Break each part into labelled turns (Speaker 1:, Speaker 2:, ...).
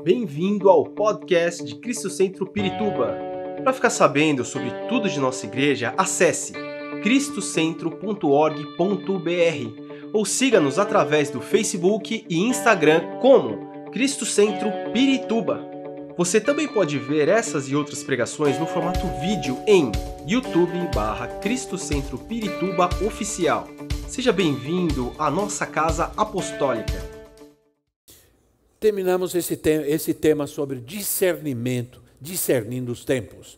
Speaker 1: Bem-vindo ao podcast de Cristo Centro Pirituba. Para ficar sabendo sobre tudo de nossa igreja, acesse cristocentro.org.br ou siga-nos através do Facebook e Instagram como Cristo Centro Pirituba. Você também pode ver essas e outras pregações no formato vídeo em YouTube/Cristo Centro Pirituba Oficial. Seja bem-vindo à nossa casa apostólica.
Speaker 2: Terminamos esse tema sobre discernimento, discernindo os tempos.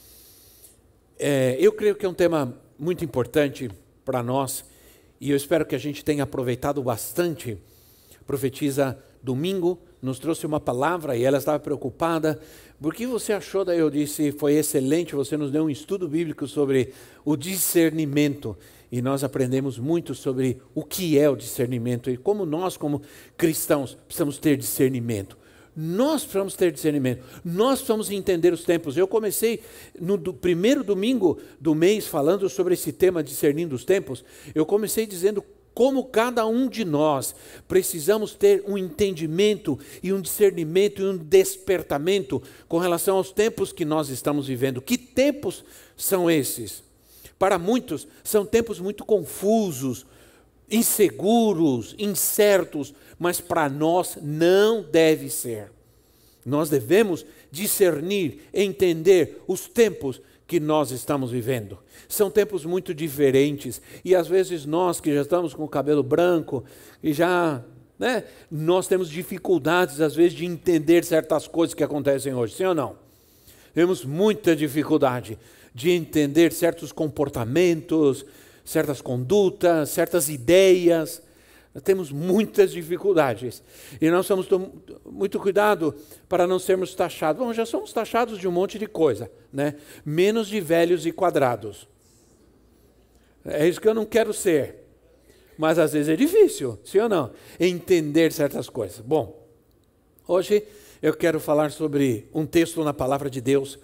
Speaker 2: Eu creio que é um tema muito importante para nós e eu espero que a gente tenha aproveitado bastante. A profetisa domingo nos trouxe uma palavra e ela estava preocupada. Por que você achou? Daí eu disse, foi excelente, você nos deu um estudo bíblico sobre o discernimento. E nós aprendemos muito sobre o que é o discernimento e como nós, como cristãos, precisamos ter discernimento. Nós precisamos ter discernimento, nós precisamos entender os tempos. Eu comecei no primeiro domingo do mês falando sobre esse tema, discernindo os tempos. Eu comecei dizendo como cada um de nós precisamos ter um entendimento e um discernimento e um despertamento com relação aos tempos que nós estamos vivendo. Que tempos são esses? Para muitos, são tempos muito confusos, inseguros, incertos, mas para nós não deve ser. Nós devemos discernir, entender os tempos que nós estamos vivendo. São tempos muito diferentes e às vezes nós que já estamos com o cabelo branco e já, nós temos dificuldades às vezes de entender certas coisas que acontecem hoje, sim ou não? Temos muita dificuldade de entender certos comportamentos, certas condutas, certas ideias. Temos muitas dificuldades. E nós temos muito cuidado para não sermos taxados. Bom, já somos taxados de um monte de coisa, né? Menos de velhos e quadrados. É isso que eu não quero ser. Mas às vezes é difícil, sim ou não? Entender certas coisas. Bom, hoje eu quero falar sobre um texto na palavra de Deus.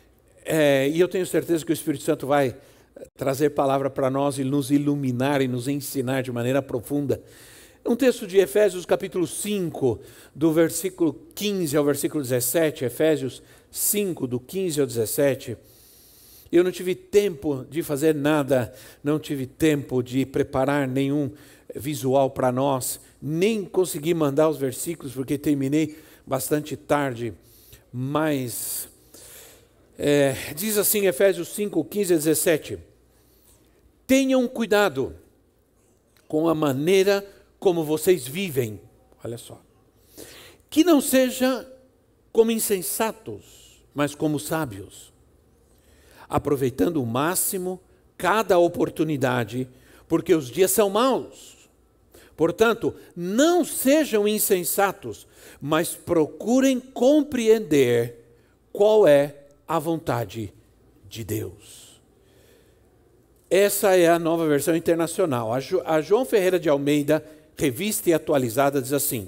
Speaker 2: E eu tenho certeza que o Espírito Santo vai trazer palavra para nós e nos iluminar e nos ensinar de maneira profunda. Um texto de Efésios capítulo 5, do versículo 15 ao versículo 17, Efésios 5, do 15 ao 17. Eu não tive tempo de fazer nada, não tive tempo de preparar nenhum visual para nós, nem consegui mandar os versículos, porque terminei bastante tarde, mas diz assim Efésios 5, 15 a 17, tenham cuidado com a maneira como vocês vivem, olha só, que não seja como insensatos, mas como sábios, aproveitando o máximo cada oportunidade, porque os dias são maus. Portanto, não sejam insensatos, mas procurem compreender qual é a vontade de Deus. Essa é a Nova Versão Internacional. A João Ferreira de Almeida, revista e atualizada, diz assim,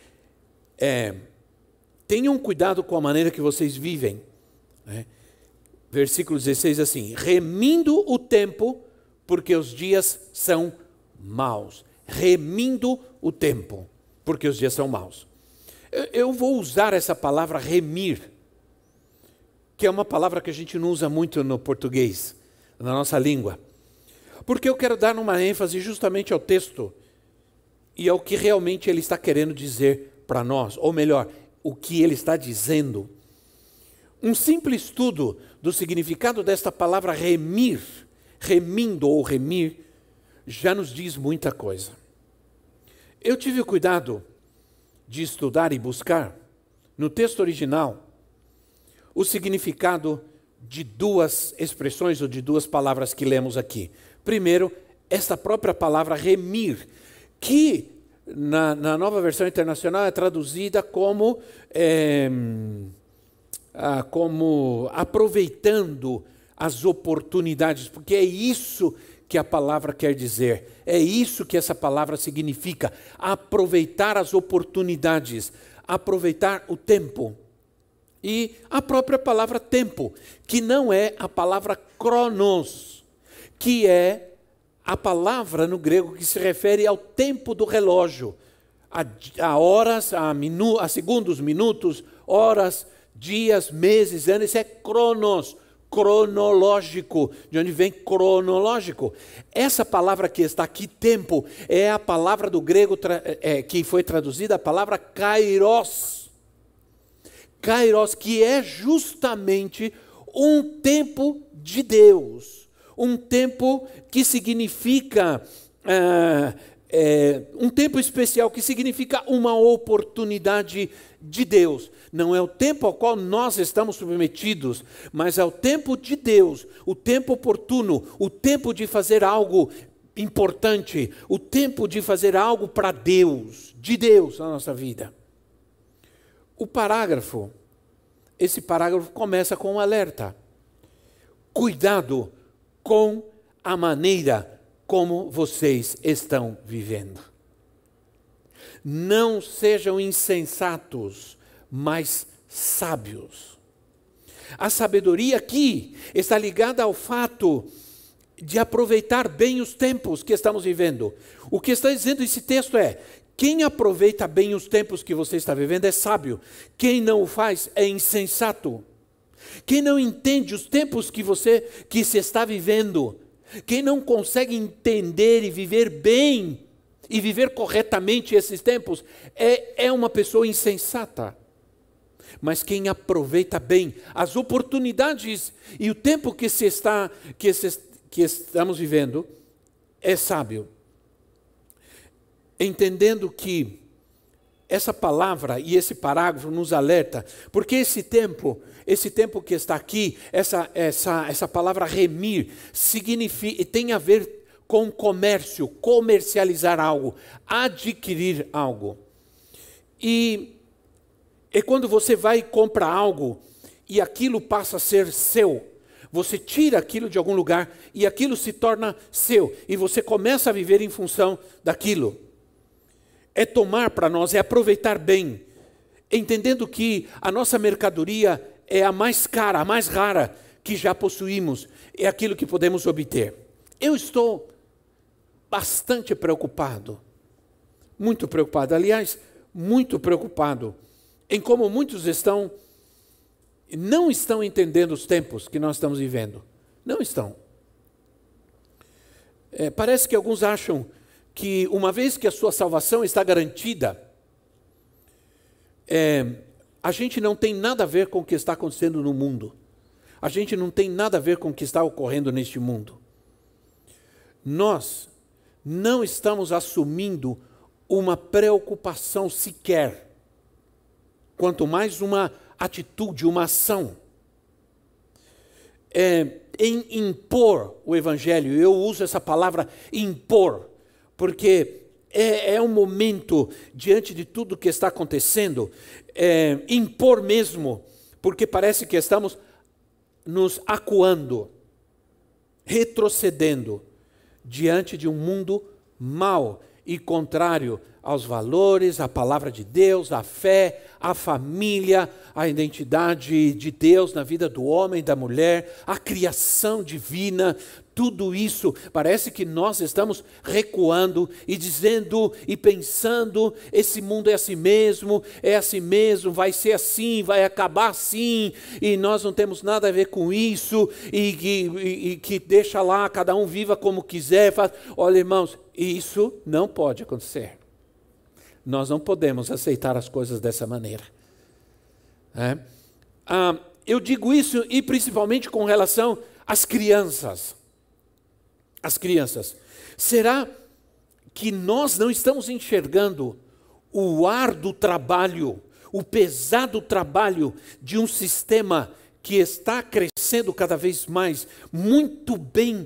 Speaker 2: tenham cuidado com a maneira que vocês vivem. Versículo 16 assim, remindo o tempo, porque os dias são maus. Remindo o tempo, porque os dias são maus. Eu vou usar essa palavra remir, que é uma palavra que a gente não usa muito no português, na nossa língua. Porque eu quero dar uma ênfase justamente ao texto e ao que realmente ele está querendo dizer para nós, ou melhor, o que ele está dizendo. Um simples estudo do significado desta palavra remir, remindo ou remir, já nos diz muita coisa. Eu tive o cuidado de estudar e buscar no texto original o significado de duas expressões ou de duas palavras que lemos aqui. Primeiro, esta própria palavra remir, que na Nova Versão Internacional é traduzida como aproveitando as oportunidades, porque é isso que a palavra quer dizer, é isso que essa palavra significa, aproveitar as oportunidades, aproveitar o tempo. E a própria palavra tempo, que não é a palavra cronos, que é a palavra no grego que se refere ao tempo do relógio, a horas, a segundos, minutos, horas, dias, meses, anos. Isso é cronos, cronológico. De onde vem cronológico? Essa palavra que está aqui, tempo, é a palavra do grego que foi traduzida, a palavra kairos. Kairos, que é justamente um tempo de Deus. Um tempo que significa, um tempo especial, que significa uma oportunidade de Deus. Não é o tempo ao qual nós estamos submetidos, mas é o tempo de Deus, o tempo oportuno, o tempo de fazer algo importante, o tempo de fazer algo para Deus, de Deus na nossa vida. Esse parágrafo começa com um alerta. Cuidado com a maneira como vocês estão vivendo. Não sejam insensatos, mas sábios. A sabedoria aqui está ligada ao fato de aproveitar bem os tempos que estamos vivendo. O que está dizendo esse texto é: quem aproveita bem os tempos que você está vivendo é sábio. Quem não o faz é insensato. Quem não entende os tempos que se está vivendo, quem não consegue entender e viver bem e viver corretamente esses tempos, é uma pessoa insensata. Mas quem aproveita bem as oportunidades e o tempo que estamos vivendo é sábio. Entendendo que essa palavra e esse parágrafo nos alerta, porque esse tempo que está aqui, essa palavra remir, tem a ver com comércio, comercializar algo, adquirir algo. E quando você vai e compra algo e aquilo passa a ser seu, você tira aquilo de algum lugar e aquilo se torna seu e você começa a viver em função daquilo. É tomar para nós, é aproveitar bem, entendendo que a nossa mercadoria é a mais cara, a mais rara que já possuímos, é aquilo que podemos obter. Eu estou bastante preocupado, muito preocupado, aliás, muito preocupado em como muitos não estão entendendo os tempos que nós estamos vivendo. Não estão. Parece que alguns acham que uma vez que a sua salvação está garantida, a gente não tem nada a ver com o que está acontecendo no mundo. A gente não tem nada a ver com o que está ocorrendo neste mundo. Nós não estamos assumindo uma preocupação sequer, quanto mais uma atitude, uma ação. Em impor o Evangelho, eu uso essa palavra impor, porque é um momento, diante de tudo que está acontecendo, impor mesmo, porque parece que estamos nos acuando, retrocedendo, diante de um mundo mau e contrário aos valores, à palavra de Deus, à fé, à família, à identidade de Deus na vida do homem e da mulher, à criação divina. Tudo isso, parece que nós estamos recuando e dizendo e pensando: esse mundo é assim mesmo, vai ser assim, vai acabar assim, e nós não temos nada a ver com isso, e que deixa lá, cada um viva como quiser. Olha, irmãos, isso não pode acontecer. Nós não podemos aceitar as coisas dessa maneira. Eu digo isso e principalmente com relação às crianças. As crianças. Será que nós não estamos enxergando o árduo trabalho, o pesado trabalho de um sistema que está crescendo cada vez mais, muito bem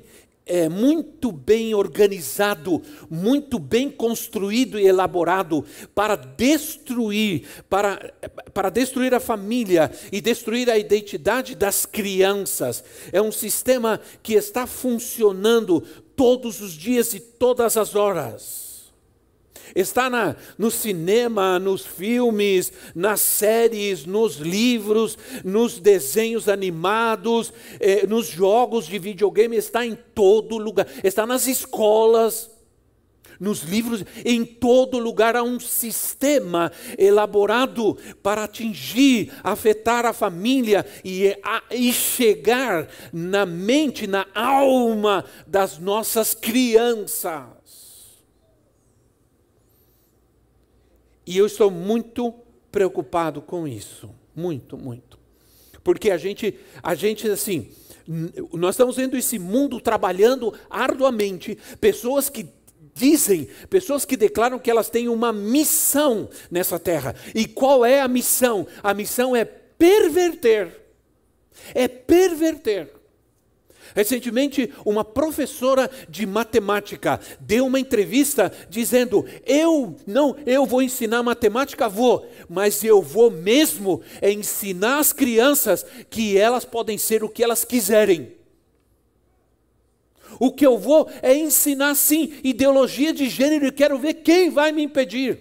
Speaker 2: organizado, muito bem construído e elaborado para destruir a família e destruir a identidade das crianças. É um sistema que está funcionando todos os dias e todas as horas. Está no cinema, nos filmes, nas séries, nos livros, nos desenhos animados, nos jogos de videogame, está em todo lugar. Está nas escolas, nos livros, em todo lugar há um sistema elaborado para atingir, afetar a família e chegar na mente, na alma das nossas crianças. E eu estou muito preocupado com isso, muito, muito. Porque a gente assim, nós estamos vendo esse mundo trabalhando arduamente, pessoas que declaram que elas têm uma missão nessa terra. E qual é a missão? A missão é perverter. É perverter. Recentemente, uma professora de matemática deu uma entrevista dizendo: eu vou ensinar matemática, mas eu vou mesmo ensinar as crianças que elas podem ser o que elas quiserem. O que eu vou é ensinar, sim, ideologia de gênero, e quero ver quem vai me impedir.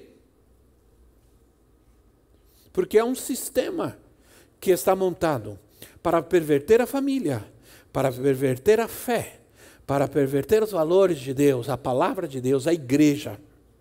Speaker 2: Porque é um sistema que está montado para perverter a família, para perverter a fé, para perverter os valores de Deus, a palavra de Deus, a igreja.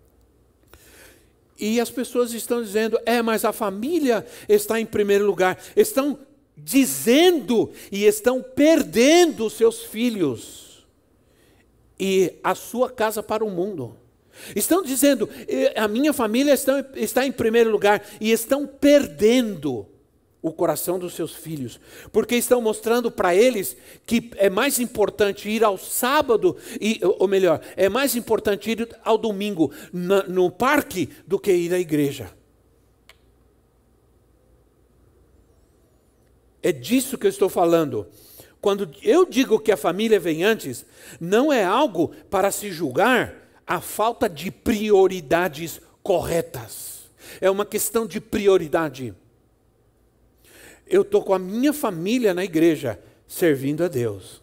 Speaker 2: E as pessoas estão dizendo: mas a família está em primeiro lugar. Estão dizendo e estão perdendo os seus filhos e a sua casa para o mundo. Estão dizendo: a minha família está em primeiro lugar, e estão perdendo o coração dos seus filhos, porque estão mostrando para eles que é mais importante ir ao sábado, ou melhor, é mais importante ir ao domingo no parque do que ir à igreja. É disso que eu estou falando. Quando eu digo que a família vem antes, não é algo para se julgar a falta de prioridades corretas. É uma questão de prioridade. Eu estou com a minha família na igreja, servindo a Deus.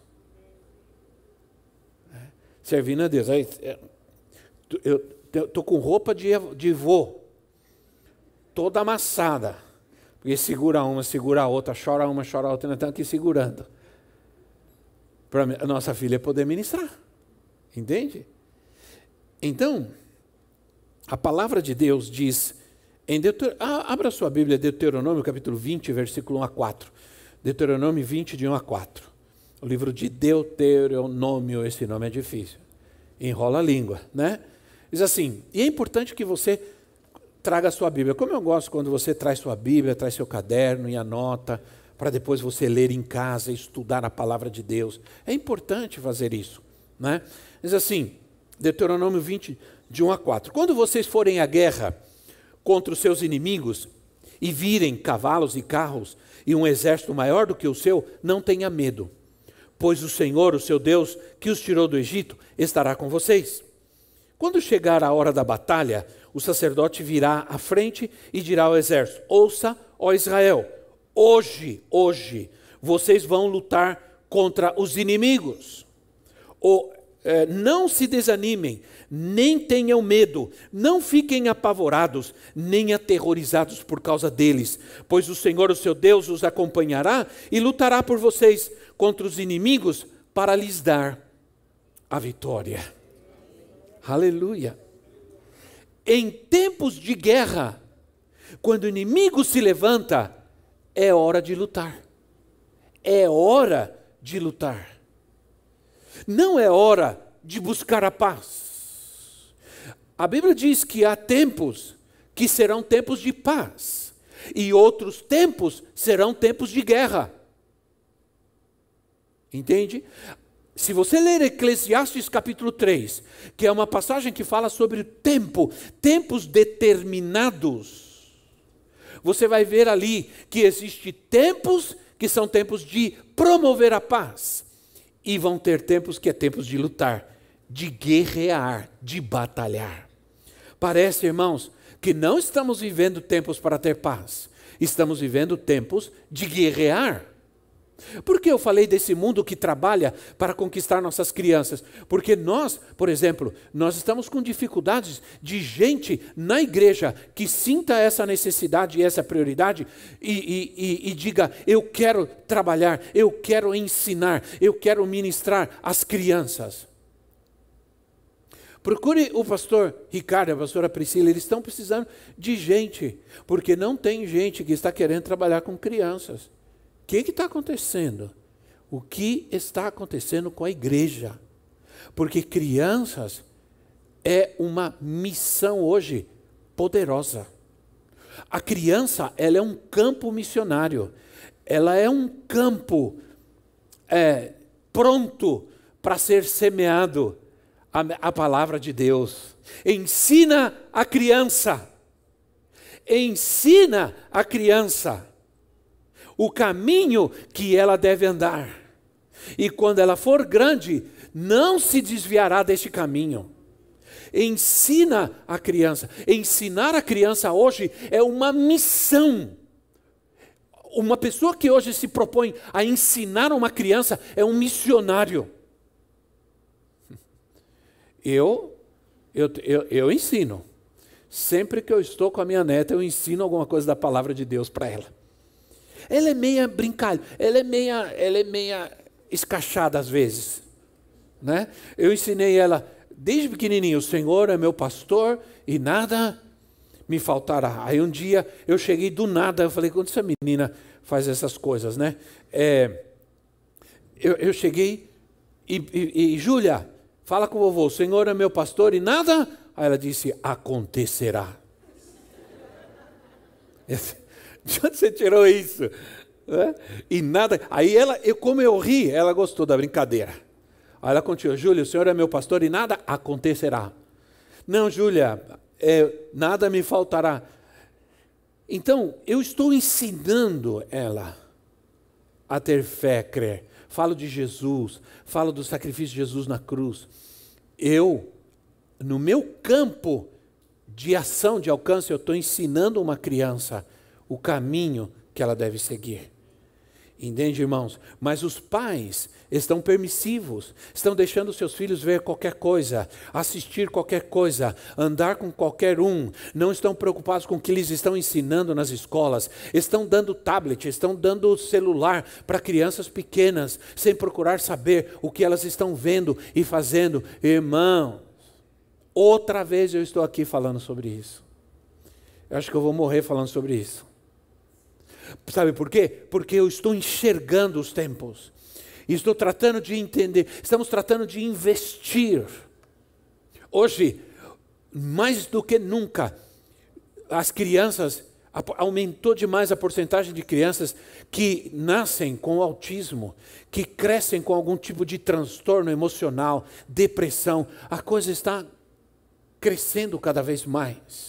Speaker 2: Servindo a Deus. Eu estou com roupa de vô, toda amassada. Porque segura uma, segura a outra, chora uma, chora a outra, nós estamos aqui segurando. Para a nossa filha poder ministrar. Entende? Então, a palavra de Deus diz... abra sua Bíblia, Deuteronômio capítulo 20, versículo 1 a 4. Deuteronômio 20, de 1 a 4. O livro de Deuteronômio, esse nome é difícil. Enrola a língua, né? Diz assim: e é importante que você traga a sua Bíblia. Como eu gosto quando você traz sua Bíblia, traz seu caderno e anota, para depois você ler em casa e estudar a palavra de Deus. É importante fazer isso, né? Diz assim, Deuteronômio 20, de 1 a 4. Quando vocês forem à guerra contra os seus inimigos e virem cavalos e carros e um exército maior do que o seu, não tenha medo, pois o Senhor, o seu Deus, que os tirou do Egito, estará com vocês. Quando chegar a hora da batalha, o sacerdote virá à frente e dirá ao exército: ouça, ó Israel, hoje, vocês vão lutar contra os inimigos. Não se desanimem, nem tenham medo, não fiquem apavorados, nem aterrorizados por causa deles, pois o Senhor, o seu Deus, os acompanhará e lutará por vocês contra os inimigos para lhes dar a vitória. Aleluia! Em tempos de guerra, quando o inimigo se levanta, é hora de lutar. É hora de lutar. Não é hora de buscar a paz. A Bíblia diz que há tempos que serão tempos de paz, e outros tempos serão tempos de guerra. Entende? Se você ler Eclesiastes capítulo 3, que é uma passagem que fala sobre o tempo, tempos determinados, você vai ver ali que existem tempos que são tempos de promover a paz, e vão ter tempos que é tempos de lutar, de guerrear, de batalhar. Parece, irmãos, que não estamos vivendo tempos para ter paz, estamos vivendo tempos de guerrear. Por que eu falei desse mundo que trabalha para conquistar nossas crianças? Porque nós, por exemplo, nós estamos com dificuldades de gente na igreja que sinta essa necessidade e essa prioridade e diga: eu quero trabalhar, eu quero ensinar, eu quero ministrar às crianças. Procure o pastor Ricardo e a pastora Priscila, eles estão precisando de gente, porque não tem gente que está querendo trabalhar com crianças. O que está acontecendo? O que está acontecendo com a igreja? Porque crianças é uma missão hoje poderosa. A criança, ela é um campo missionário. Ela é um campo pronto para ser semeado a palavra de Deus. Ensina a criança o caminho que ela deve andar. E quando ela for grande, não se desviará deste caminho. Ensina a criança. Ensinar a criança hoje é uma missão. Uma pessoa que hoje se propõe a ensinar uma criança é um missionário. Eu ensino. Sempre que eu estou com a minha neta, eu ensino alguma coisa da palavra de Deus para ela. Ela é meia brincalha, ela é meia escachada às vezes, né? Eu ensinei ela desde pequenininho: o Senhor é meu pastor e nada me faltará. Aí um dia eu cheguei do nada, eu falei: quando essa menina faz essas coisas, né? Eu cheguei e Júlia, fala com o vovô, o Senhor é meu pastor e nada. Aí ela disse: acontecerá. De onde você tirou isso? E nada. Aí como eu ri, ela gostou da brincadeira. Aí ela continuou: Júlia, o Senhor é meu pastor e nada acontecerá. Não, Júlia, nada me faltará. Então, eu estou ensinando ela a ter fé, crer. Falo de Jesus, falo do sacrifício de Jesus na cruz. No meu campo de ação, de alcance, eu estou ensinando uma criança o caminho que ela deve seguir. Entende, irmãos? Mas os pais estão permissivos, estão deixando seus filhos ver qualquer coisa, assistir qualquer coisa, andar com qualquer um, não estão preocupados com o que eles estão ensinando nas escolas, estão dando tablet, estão dando celular para crianças pequenas, sem procurar saber o que elas estão vendo e fazendo. Irmãos, outra vez eu estou aqui falando sobre isso. Eu acho que eu vou morrer falando sobre isso. Sabe por quê? Porque eu estou enxergando os tempos. E estou tratando de entender. Estamos tratando de investir. Hoje, mais do que nunca, as crianças, aumentou demais a porcentagem de crianças que nascem com autismo, que crescem com algum tipo de transtorno emocional, depressão. A coisa está crescendo cada vez mais.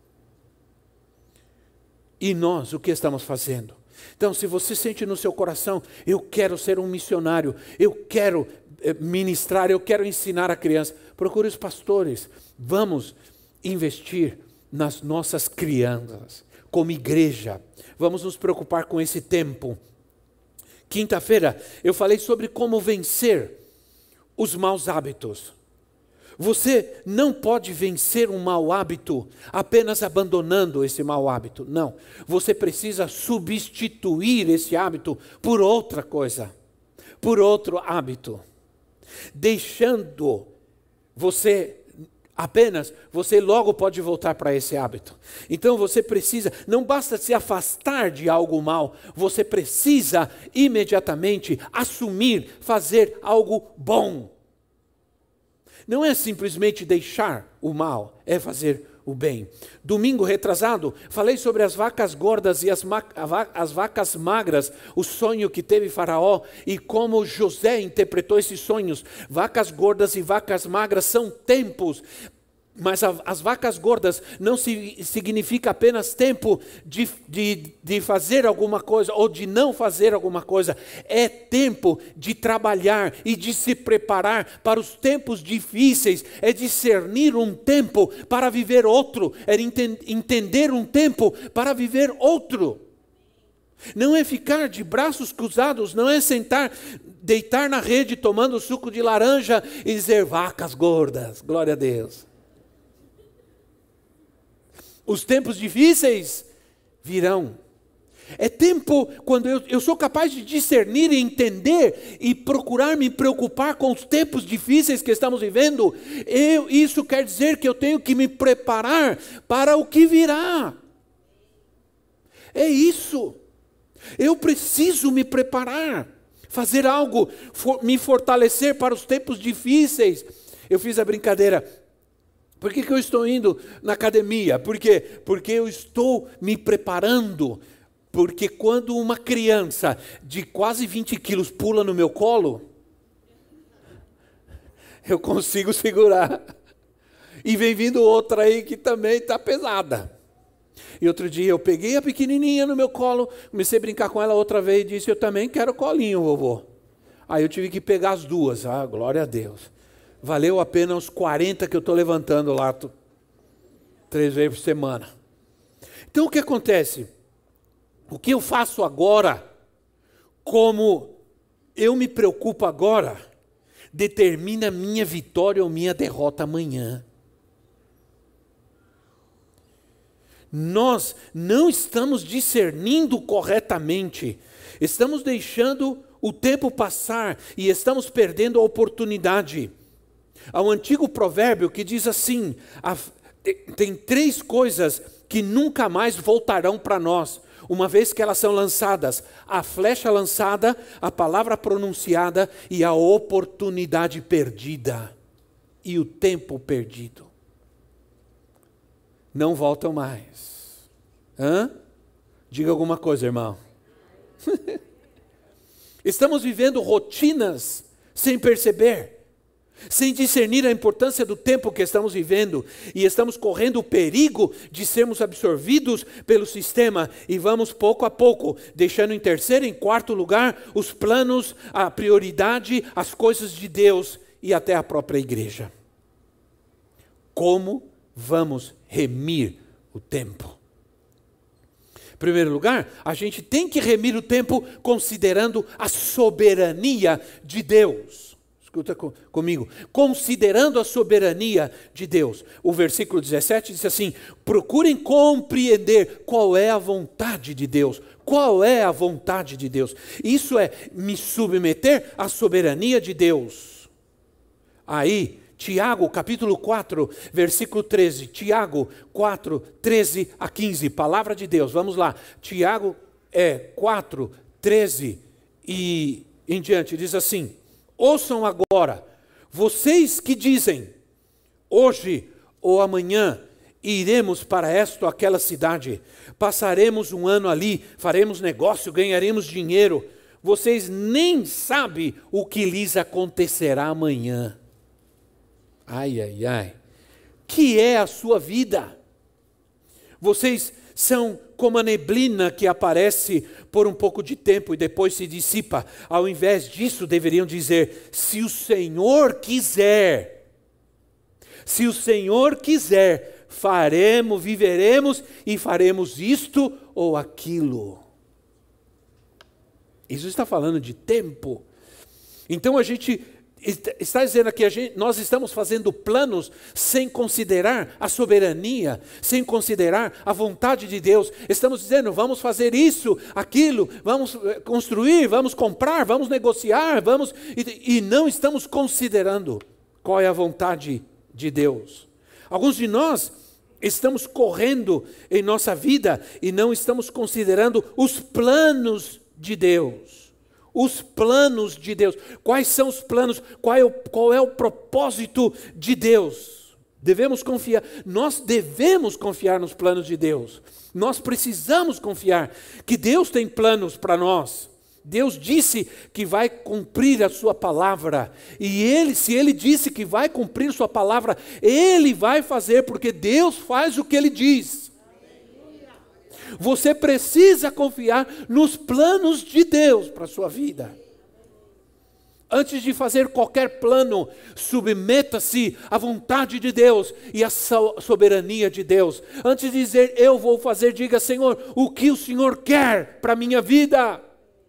Speaker 2: E nós, o que estamos fazendo? Então, se você sente no seu coração: eu quero ser um missionário, eu quero ministrar, eu quero ensinar a criança, procure os pastores. Vamos investir nas nossas crianças, como igreja. Vamos nos preocupar com esse tempo. Quinta-feira, eu falei sobre como vencer os maus hábitos. Você não pode vencer um mau hábito apenas abandonando esse mau hábito. Não. Você precisa substituir esse hábito por outra coisa, por outro hábito. Deixando você logo pode voltar para esse hábito. Então você precisa, não basta se afastar de algo mal, você precisa imediatamente assumir, fazer algo bom. Não é simplesmente deixar o mal, é fazer o bem. Domingo retrasado, falei sobre as vacas gordas e as vacas magras, o sonho que teve Faraó e como José interpretou esses sonhos. Vacas gordas e vacas magras são tempos. Mas as vacas gordas não significa apenas tempo de fazer alguma coisa ou de não fazer alguma coisa. É tempo de trabalhar e de se preparar para os tempos difíceis. É discernir um tempo para viver outro. É entender um tempo para viver outro. Não é ficar de braços cruzados, não é deitar na rede tomando suco de laranja e dizer: vacas gordas, glória a Deus. Os tempos difíceis virão. É tempo quando eu sou capaz de discernir e entender e procurar me preocupar com os tempos difíceis que estamos vivendo. Isso quer dizer que eu tenho que me preparar para o que virá. É isso. Eu preciso me preparar, fazer algo, me fortalecer para os tempos difíceis. Eu fiz a brincadeira. Por que eu estou indo na academia? Por quê? Porque eu estou me preparando. Porque quando uma criança de quase 20 quilos pula no meu colo, eu consigo segurar. E vem vindo outra aí que também está pesada. E outro dia eu peguei a pequenininha no meu colo, comecei a brincar com ela outra vez e disse, eu também quero colinho, vovô. Aí eu tive que pegar as duas. Glória a Deus. Valeu a pena os 40 que eu estou levantando lá 3 vezes por semana. Então o que acontece? O que eu faço agora, como eu me preocupo agora, determina minha vitória ou minha derrota amanhã. Nós não estamos discernindo corretamente, estamos deixando o tempo passar e estamos perdendo a oportunidade. Há um antigo provérbio que diz assim, tem 3 coisas que nunca mais voltarão para nós, uma vez que elas são lançadas: a flecha lançada, a palavra pronunciada e a oportunidade perdida e o tempo perdido. Não voltam mais. Diga alguma coisa, irmão. Estamos vivendo rotinas sem perceber, sem discernir a importância do tempo que estamos vivendo, e estamos correndo o perigo de sermos absorvidos pelo sistema, e vamos pouco a pouco, deixando em terceiro e em quarto lugar os planos, a prioridade, as coisas de Deus e até a própria igreja. Como vamos remir o tempo? Em primeiro lugar, a gente tem que remir o tempo considerando a soberania de Deus. Escuta comigo, considerando a soberania de Deus. O versículo 17 diz assim: procurem compreender qual é a vontade de Deus. Qual é a vontade de Deus? Isso é me submeter à soberania de Deus. Aí, Tiago, capítulo 4, versículo 13. Tiago 4, 13 a 15, palavra de Deus. Vamos lá. Tiago 4, 13 e em diante, diz assim: ouçam agora, vocês que dizem, hoje ou amanhã iremos para esta ou aquela cidade, passaremos um ano ali, faremos negócio, ganharemos dinheiro. Vocês nem sabem o que lhes acontecerá amanhã. Ai, ai, ai. Que é a sua vida? Vocês são como a neblina que aparece por um pouco de tempo e depois se dissipa. Ao invés disso, deveriam dizer: se o Senhor quiser, faremos, viveremos e faremos isto ou aquilo. Isso está falando de tempo. Então a gente está dizendo aqui, nós estamos fazendo planos sem considerar a soberania, sem considerar a vontade de Deus. Estamos dizendo, vamos fazer isso, aquilo, vamos construir, vamos comprar, vamos negociar, e não estamos considerando qual é a vontade de Deus. Alguns de nós estamos correndo em nossa vida e não estamos considerando os planos de Deus. Os planos de Deus. Quais são os planos? Qual é o propósito de Deus? Nós devemos confiar nos planos de Deus. Nós precisamos confiar que Deus tem planos para nós. Deus disse que vai cumprir a sua palavra. E se Ele disse que vai cumprir sua palavra, Ele vai fazer, porque Deus faz o que Ele diz. Você precisa confiar nos planos de Deus para a sua vida. Antes de fazer qualquer plano, submeta-se à vontade de Deus e à soberania de Deus. Antes de dizer, eu vou fazer, diga: Senhor, o que o Senhor quer para a minha vida?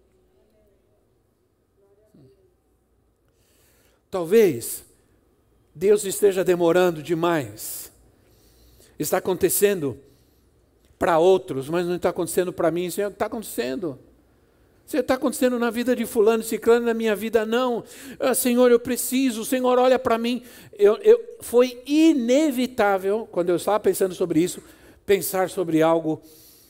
Speaker 2: Talvez Deus esteja demorando demais. Está acontecendo para outros, mas não está acontecendo para mim. Senhor, o que está acontecendo? Senhor, está acontecendo na vida de fulano, ciclano, na minha vida não. Senhor, eu preciso, Senhor, olha para mim. Foi inevitável, quando eu estava pensando sobre isso, pensar sobre algo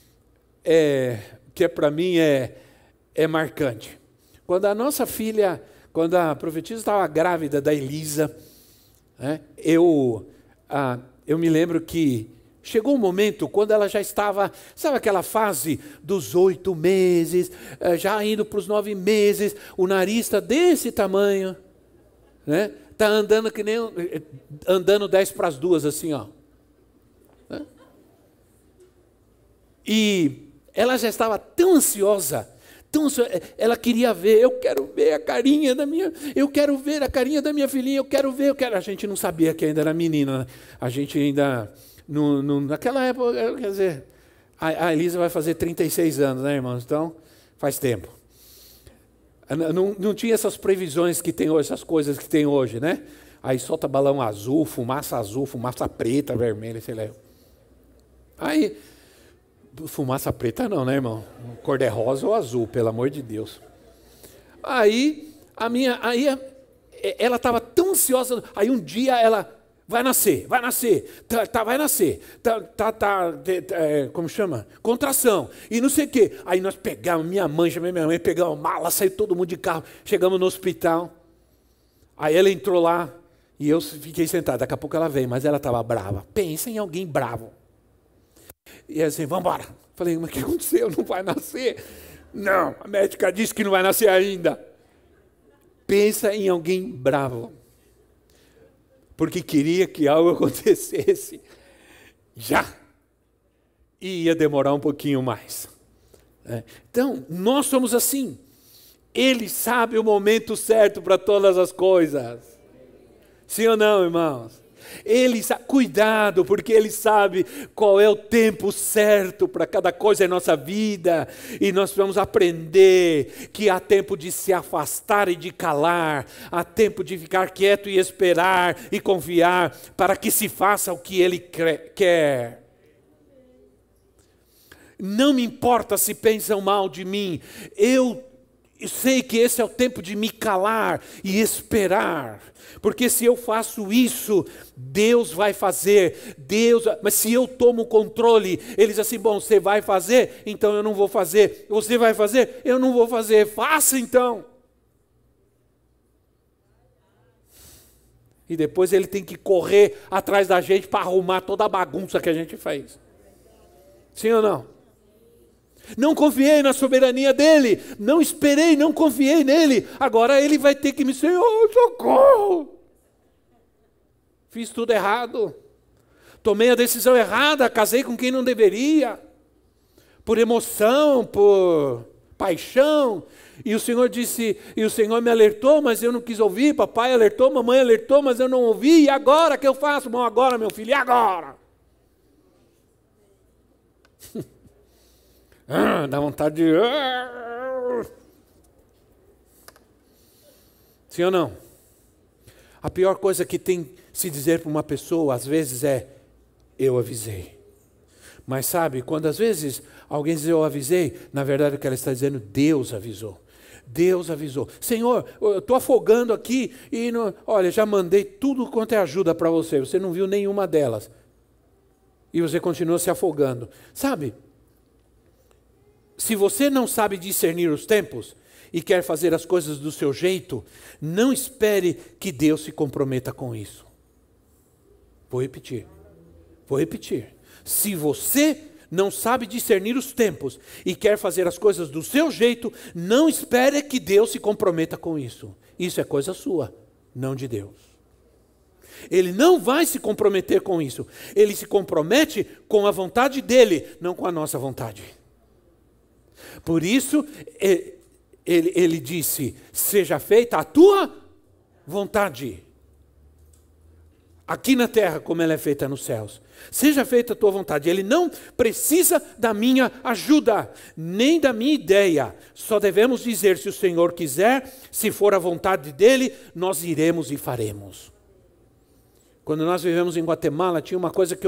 Speaker 2: que para mim é marcante. Quando a nossa filha, quando a profetisa estava grávida da Elisa, eu me lembro que chegou um momento quando ela já estava, sabe aquela fase dos 8 meses, já indo para os 9 meses, o nariz está desse tamanho, né? Está andando que nem andando 10 para as 2 assim, ó. Né? E ela já estava tão ansiosa, ela queria ver, eu quero ver a carinha da minha, eu quero ver a carinha da minha filhinha, eu quero. A gente não sabia que ainda era menina, né? A gente ainda, naquela época, quer dizer, a Elisa vai fazer 36 anos, né, irmãos? Então, faz tempo. Não tinha essas previsões que tem hoje, essas coisas que tem hoje, né? Aí solta balão azul, fumaça preta, vermelha, sei lá. Aí, fumaça preta não, né, irmão? Cor de rosa ou azul, pelo amor de Deus. Aí ela estava tão ansiosa, aí um dia ela vai nascer, vai nascer, como chama? Contração, e não sei o quê. Aí nós pegamos, chamei minha mãe, pegamos mala, saiu todo mundo de carro, chegamos no hospital. Aí ela entrou lá, e eu fiquei sentado, daqui a pouco ela veio, mas ela estava brava. Pensa em alguém bravo. E assim, vamos embora. Falei, mas o que aconteceu? Não vai nascer? Não, a médica disse que não vai nascer ainda. Pensa em alguém bravo. Porque queria que algo acontecesse já. E ia demorar um pouquinho mais. Então, nós somos assim. Ele sabe o momento certo para todas as coisas. Sim ou não, irmãos? Ele sabe, cuidado, porque Ele sabe qual é o tempo certo para cada coisa em nossa vida, e nós vamos aprender que há tempo de se afastar e de calar, há tempo de ficar quieto e esperar e confiar para que se faça o que Ele quer. Não me importa se pensam mal de mim, eu sei que esse é o tempo de me calar e esperar, porque se eu faço isso, Deus vai fazer, mas se eu tomo o controle, Ele diz assim, bom, você vai fazer, então eu não vou fazer, você vai fazer, eu não vou fazer, faça então. E depois Ele tem que correr atrás da gente para arrumar toda a bagunça que a gente fez. Sim ou não? Não confiei na soberania dEle, não esperei, não confiei nele, agora Ele vai ter que me dizer, oh, socorro! Fiz tudo errado, tomei a decisão errada, casei com quem não deveria, por emoção, por paixão, e o Senhor disse, e o Senhor me alertou, mas eu não quis ouvir, papai alertou, mamãe alertou, mas eu não ouvi, e agora o que eu faço? Bom, agora meu filho, e agora? Dá vontade de... Sim ou não? A pior coisa que tem se dizer para uma pessoa, às vezes, é eu avisei. Mas sabe, quando às vezes alguém diz eu avisei, na verdade o que ela está dizendo, Deus avisou. Deus avisou. Senhor, eu estou afogando aqui e olha, já mandei tudo quanto é ajuda para você. Você não viu nenhuma delas. E você continua se afogando. Sabe? Se você não sabe discernir os tempos e quer fazer as coisas do seu jeito, não espere que Deus se comprometa com isso. Vou repetir. Se você não sabe discernir os tempos e quer fazer as coisas do seu jeito, não espere que Deus se comprometa com isso. Isso é coisa sua, não de Deus. Ele não vai se comprometer com isso. Ele se compromete com a vontade dele, não com a nossa vontade. Por isso, ele disse, seja feita a tua vontade. Aqui na terra, como ela é feita nos céus. Seja feita a tua vontade. Ele não precisa da minha ajuda, nem da minha ideia. Só devemos dizer, se o Senhor quiser, se for a vontade dele, nós iremos e faremos. Quando nós vivemos em Guatemala, tinha uma coisa que eu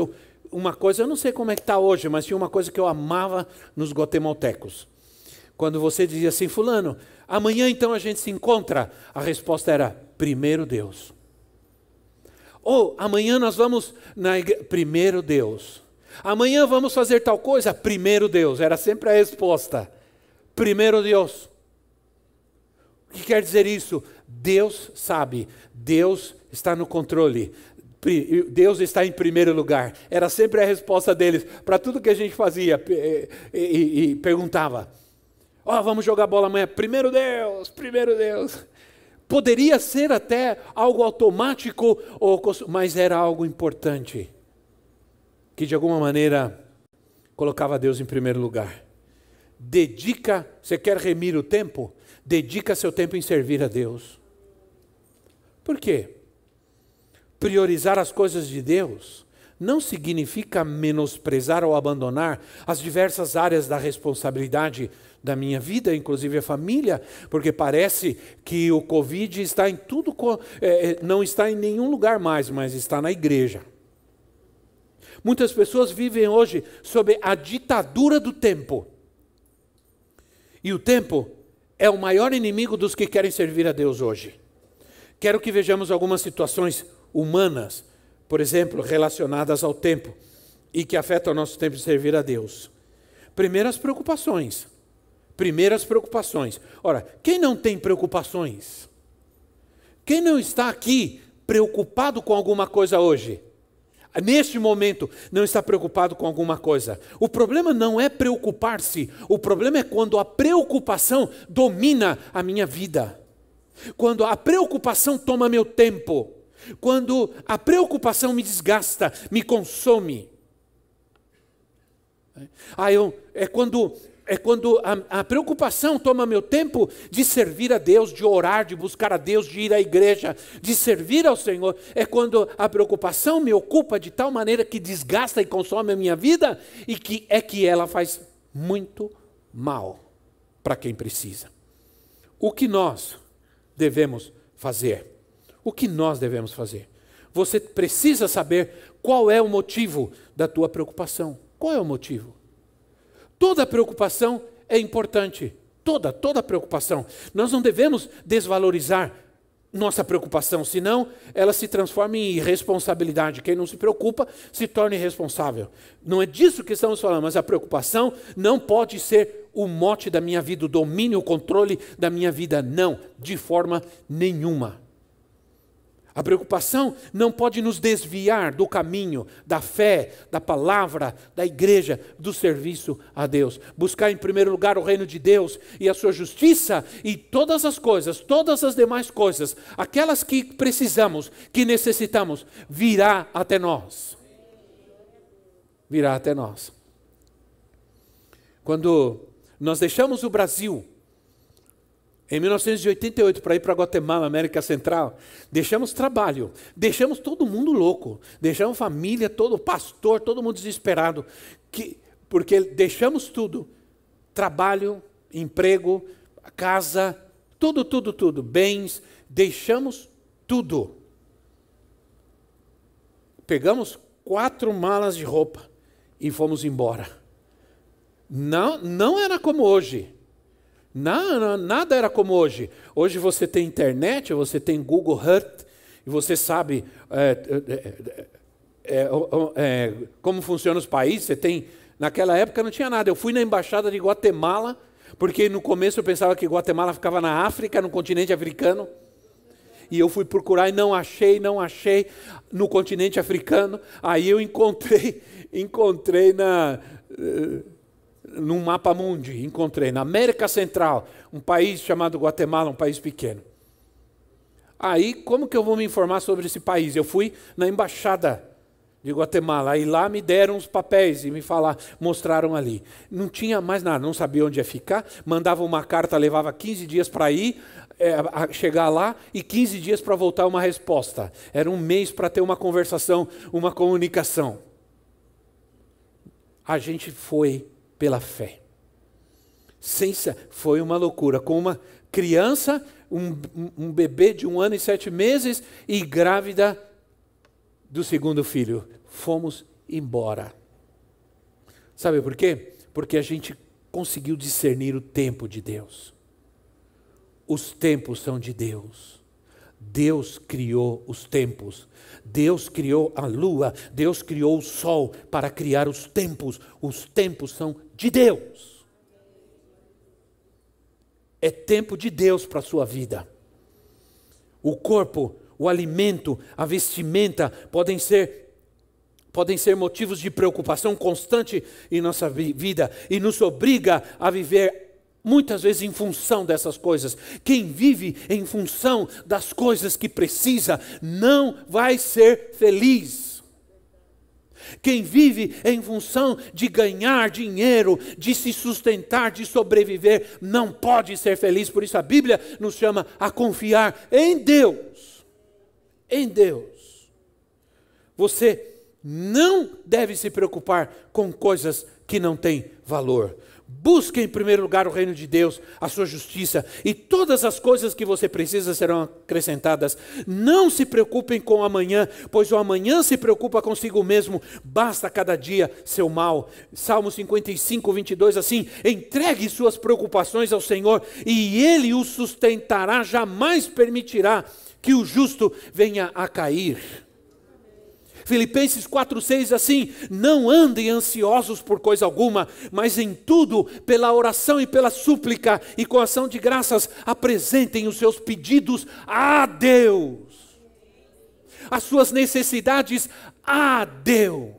Speaker 2: uma coisa, eu não sei como é que está hoje, mas tinha uma coisa que eu amava nos guatemaltecos. Quando você dizia assim, fulano, amanhã então a gente se encontra, a resposta era, primeiro Deus. Ou amanhã nós vamos na igreja, primeiro Deus. Amanhã vamos fazer tal coisa, primeiro Deus. Era sempre a resposta, primeiro Deus. O que quer dizer isso? Deus sabe, Deus está no controle. Deus está em primeiro lugar. Era sempre a resposta deles para tudo que a gente fazia e perguntava. Vamos jogar bola amanhã. Primeiro Deus, primeiro Deus. Poderia ser até algo automático, mas era algo importante. Que de alguma maneira colocava Deus em primeiro lugar. Você quer remir o tempo? Dedica seu tempo em servir a Deus. Por quê? Priorizar as coisas de Deus não significa menosprezar ou abandonar as diversas áreas da responsabilidade da minha vida, inclusive a família, porque parece que o Covid está em tudo, não está em nenhum lugar mais, mas está na igreja. Muitas pessoas vivem hoje sob a ditadura do tempo. E o tempo é o maior inimigo dos que querem servir a Deus hoje. Quero que vejamos algumas situações humanas, por exemplo, relacionadas ao tempo e que afetam o nosso tempo de servir a Deus. Primeiras preocupações. Ora, quem não tem preocupações? Quem não está aqui preocupado com alguma coisa hoje? Neste momento, não está preocupado com alguma coisa. O problema não é preocupar-se, o problema é quando a preocupação domina a minha vida. Quando a preocupação toma meu tempo. Quando a preocupação me desgasta, me consome. É quando a preocupação toma meu tempo de servir a Deus, de orar, de buscar a Deus, de ir à igreja, de servir ao Senhor. É quando a preocupação me ocupa de tal maneira que desgasta e consome a minha vida e que ela faz muito mal para quem precisa. O que nós devemos fazer? Você precisa saber qual é o motivo da tua preocupação. Qual é o motivo? Toda preocupação é importante. Toda preocupação. Nós não devemos desvalorizar nossa preocupação, senão ela se transforma em irresponsabilidade. Quem não se preocupa se torna irresponsável. Não é disso que estamos falando, mas a preocupação não pode ser o mote da minha vida, o domínio, o controle da minha vida. Não, de forma nenhuma. A preocupação não pode nos desviar do caminho, da fé, da palavra, da igreja, do serviço a Deus. Buscar em primeiro lugar o reino de Deus e a sua justiça e todas as coisas, todas as demais coisas, aquelas que precisamos, que necessitamos, virá até nós. Virá até nós. Quando nós deixamos o Brasil, em 1988, para ir para Guatemala, América Central, deixamos trabalho, deixamos todo mundo louco, deixamos família, todo pastor, todo mundo desesperado, porque deixamos tudo, trabalho, emprego, casa, tudo, bens, deixamos tudo. Pegamos 4 malas de roupa e fomos embora. Não era como hoje. Nada era como hoje. Hoje você tem internet, você tem Google Earth, e você sabe como funcionam os países. Naquela época não tinha nada. Eu fui na embaixada de Guatemala, porque no começo eu pensava que Guatemala ficava na África, no continente africano. E eu fui procurar e não achei no continente africano. Aí eu encontrei num mapa mundi, encontrei na América Central, um país chamado Guatemala, um país pequeno. Aí, como que eu vou me informar sobre esse país? Eu fui na embaixada de Guatemala, aí lá me deram os papéis e mostraram ali. Não tinha mais nada, não sabia onde ia ficar, mandava uma carta, levava 15 dias para ir, chegar lá e 15 dias para voltar uma resposta. Era um mês para ter uma conversação, uma comunicação. A gente foi pela fé. Foi uma loucura. Com uma criança, um bebê de 1 ano e 7 meses e grávida do segundo filho. Fomos embora. Sabe por quê? Porque a gente conseguiu discernir o tempo de Deus. Os tempos são de Deus. Deus criou os tempos. Deus criou a lua. Deus criou o sol para criar os tempos. Os tempos são de Deus. É tempo de Deus para a sua vida. O corpo, o alimento, a vestimenta podem ser motivos de preocupação constante em nossa vida e nos obriga a viver muitas vezes em função dessas coisas. Quem vive em função das coisas que precisa não vai ser feliz. Quem vive em função de ganhar dinheiro, de se sustentar, de sobreviver, não pode ser feliz. Por isso a Bíblia nos chama a confiar em Deus. Em Deus. Você não deve se preocupar com coisas que não têm valor. Busque em primeiro lugar o reino de Deus, a sua justiça, e todas as coisas que você precisa serão acrescentadas. Não se preocupem com o amanhã, pois o amanhã se preocupa consigo mesmo. Basta cada dia seu mal. Salmo 55, 22, assim: entregue suas preocupações ao Senhor, e Ele o sustentará, jamais permitirá que o justo venha a cair. Filipenses 4,6 assim: não andem ansiosos por coisa alguma, mas em tudo, pela oração e pela súplica, e com ação de graças, apresentem os seus pedidos a Deus, as suas necessidades a Deus.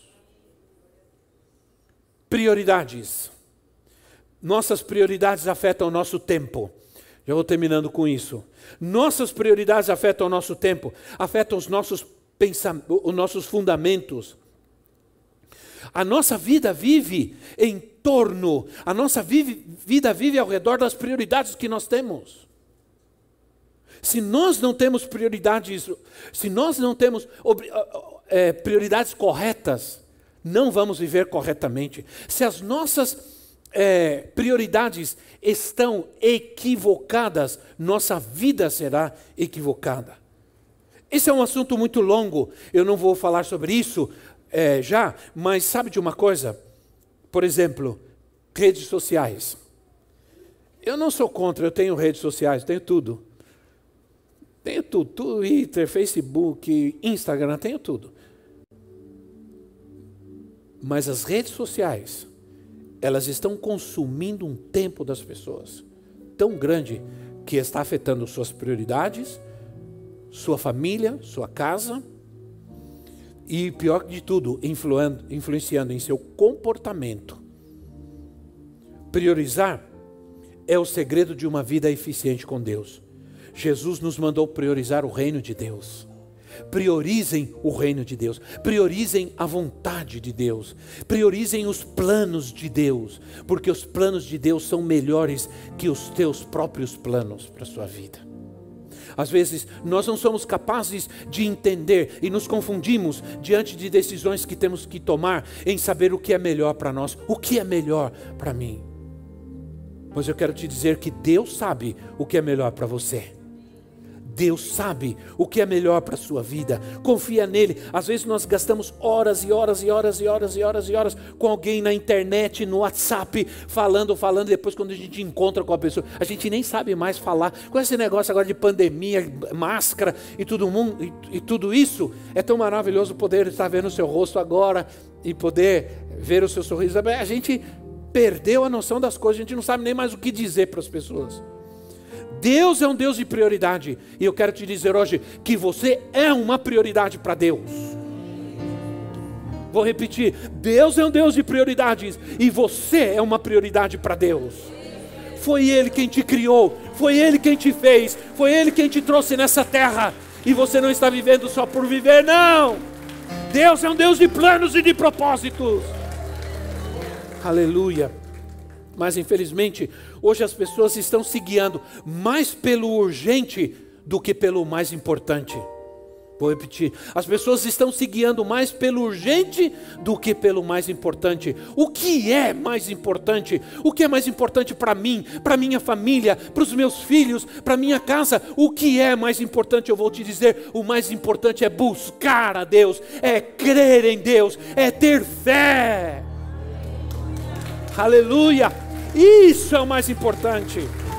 Speaker 2: Prioridades. Nossas prioridades afetam o nosso tempo. Já vou terminando com isso. Nossas prioridades afetam o nosso tempo, afetam os nossos fundamentos. A nossa vida vive em torno, a nossa vida vive ao redor das prioridades que nós temos. Se nós não temos prioridades, se nós não temos prioridades corretas, não vamos viver corretamente. Se as nossas prioridades estão equivocadas, nossa vida será equivocada. Esse é um assunto muito longo, eu não vou falar sobre isso já, mas sabe de uma coisa? Por exemplo, redes sociais. Eu não sou contra, eu tenho redes sociais, tenho tudo. Tenho tudo, Twitter, Facebook, Instagram, tenho tudo. Mas as redes sociais, elas estão consumindo um tempo das pessoas tão grande que está afetando suas prioridades, sua família, sua casa, e pior de tudo, influenciando em seu comportamento. Priorizar é o segredo de uma vida eficiente com Deus. Jesus nos mandou priorizar o reino de Deus. Priorizem o reino de Deus, priorizem a vontade de Deus, priorizem os planos de Deus, porque os planos de Deus são melhores que os teus próprios planos para a sua vida. Às vezes nós não somos capazes de entender e nos confundimos diante de decisões que temos que tomar em saber o que é melhor para nós, o que é melhor para mim. Pois eu quero te dizer que Deus sabe o que é melhor para você. Deus sabe o que é melhor para a sua vida. Confia nele. Às vezes nós gastamos horas e horas e horas e horas e horas e horas com alguém na internet, no WhatsApp, falando. Depois quando a gente encontra com a pessoa, a gente nem sabe mais falar. Com esse negócio agora de pandemia, máscara e tudo isso, é tão maravilhoso poder estar vendo o seu rosto agora e poder ver o seu sorriso. A gente perdeu a noção das coisas, a gente não sabe nem mais o que dizer para as pessoas. Deus é um Deus de prioridade, e eu quero te dizer hoje que você é uma prioridade para Deus. Vou repetir, Deus é um Deus de prioridades, e você é uma prioridade para Deus. Foi Ele quem te criou, foi Ele quem te fez, foi Ele quem te trouxe nessa terra, e você não está vivendo só por viver, não. Deus é um Deus de planos e de propósitos. Aleluia. Mas infelizmente, hoje as pessoas estão se guiando mais pelo urgente do que pelo mais importante. Vou repetir, as pessoas estão se guiando mais pelo urgente do que pelo mais importante. O que é mais importante? O que é mais importante para mim, para minha família, para os meus filhos, para minha casa? O que é mais importante? Eu vou te dizer, o mais importante é buscar a Deus, é crer em Deus, é ter fé. Aleluia! Isso é o mais importante.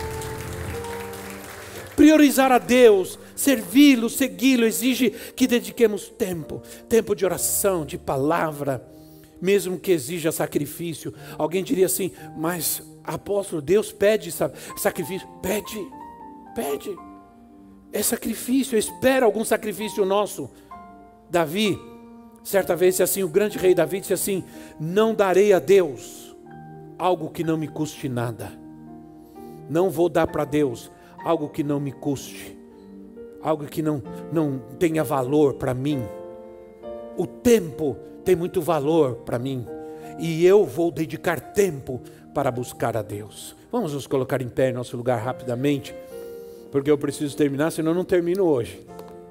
Speaker 2: Priorizar a Deus, servi-lo, segui-lo, exige que dediquemos tempo de oração, de palavra, mesmo que exija sacrifício. Alguém diria assim, mas apóstolo, Deus pede sacrifício? Pede, é sacrifício, espera algum sacrifício nosso. Davi, certa vez, assim, o grande rei Davi disse assim, não darei a Deus algo que não me custe nada, não vou dar para Deus algo que não me custe, algo que não tenha valor para mim. O tempo tem muito valor para mim, e eu vou dedicar tempo para buscar a Deus. Vamos nos colocar em pé em nosso lugar rapidamente, porque eu preciso terminar, senão eu não termino hoje.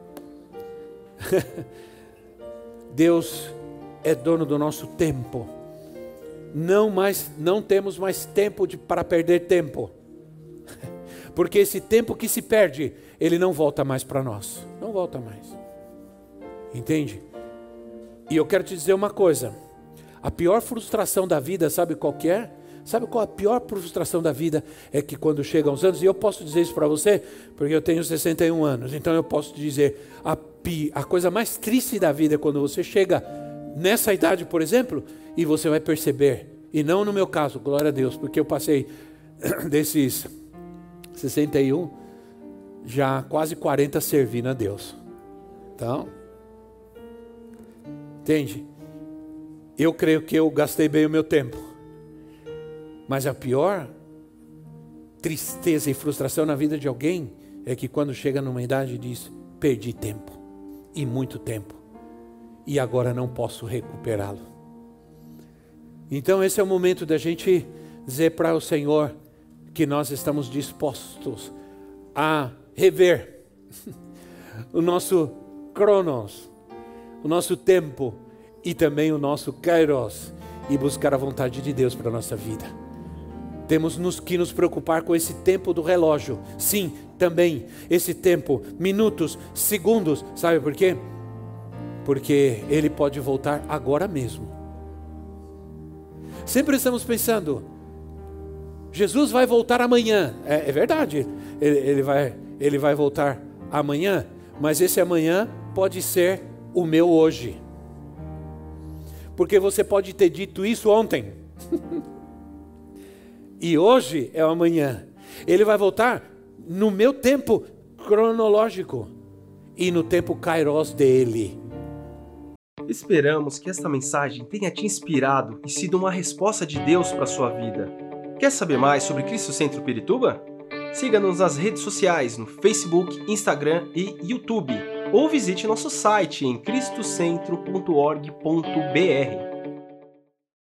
Speaker 2: Deus é dono do nosso tempo. Não temos mais tempo para perder tempo. Porque esse tempo que se perde, ele não volta mais para nós. Não volta mais. Entende? E eu quero te dizer uma coisa. A pior frustração da vida, sabe qual que é? Sabe qual a pior frustração da vida? É que quando chegam os anos, e eu posso dizer isso para você, porque eu tenho 61 anos, então eu posso te dizer, a coisa mais triste da vida é quando você chega nessa idade, por exemplo, e você vai perceber, e não no meu caso, glória a Deus, porque eu passei desses 61, já quase 40 servindo a Deus. Então, entende? Eu creio que eu gastei bem o meu tempo. Mas a pior tristeza e frustração na vida de alguém é que quando chega numa idade diz, perdi tempo, e muito tempo, e agora não posso recuperá-lo. Então esse é o momento da gente dizer para o Senhor que nós estamos dispostos a rever o nosso cronos, o nosso tempo e também o nosso kairos, e buscar a vontade de Deus para a nossa vida. Temos que nos preocupar com esse tempo do relógio. Sim, também esse tempo, minutos, segundos. Sabe por quê? Porque ele pode voltar agora mesmo. Sempre estamos pensando, Jesus vai voltar amanhã. É verdade, ele vai voltar amanhã, mas esse amanhã pode ser o meu hoje. Porque você pode ter dito isso ontem. E hoje é o amanhã. Ele vai voltar no meu tempo cronológico e no tempo kairos dele.
Speaker 1: Esperamos que esta mensagem tenha te inspirado e sido uma resposta de Deus para a sua vida. Quer saber mais sobre Cristo Centro Pirituba? Siga-nos nas redes sociais no Facebook, Instagram e YouTube. Ou visite nosso site em cristocentro.org.br.